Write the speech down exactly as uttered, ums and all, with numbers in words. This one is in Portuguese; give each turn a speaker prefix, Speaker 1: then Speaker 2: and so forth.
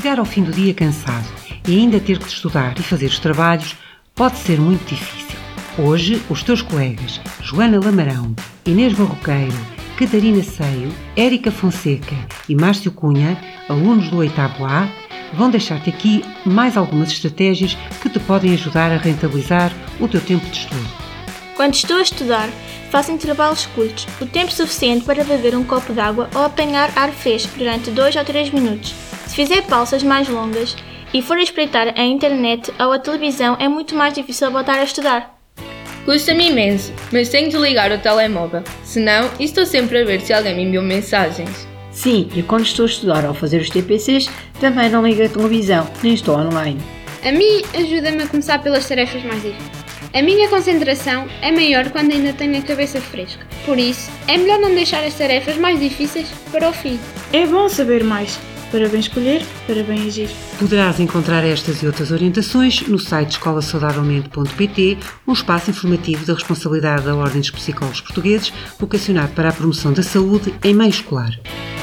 Speaker 1: chegar ao fim do dia cansado e ainda ter que estudar e fazer os trabalhos pode ser muito difícil. Hoje, os teus colegas Joana Lamarão, Inês Barroqueiro, Catarina Seio, Érica Fonseca e Márcio Cunha, alunos do oitavo A, vão deixar-te aqui mais algumas estratégias que te podem ajudar a rentabilizar o teu tempo de estudo.
Speaker 2: Quando estou a estudar, faço intervalos curtos, o tempo suficiente para beber um copo de água ou apanhar ar fresco durante dois ou três minutos. Se fizer pausas mais longas e for espreitar a internet ou a televisão, é muito mais difícil voltar a estudar.
Speaker 3: Custa-me imenso, mas tenho de ligar o telemóvel, senão estou sempre a ver se alguém me enviou mensagens.
Speaker 4: Sim, e quando estou a estudar ou a fazer os T P Cs, também não ligo a televisão, nem estou online.
Speaker 5: A mim ajuda-me a começar pelas tarefas mais difíceis. A minha concentração é maior quando ainda tenho a cabeça fresca. Por isso, é melhor não deixar as tarefas mais difíceis para o fim.
Speaker 6: É bom saber mais, para bem escolher, para bem agir.
Speaker 1: Poderás encontrar estas e outras orientações no site escola saudavelmente ponto pt, um espaço informativo da responsabilidade da Ordem dos Psicólogos Portugueses, vocacionado para a promoção da saúde em meio escolar.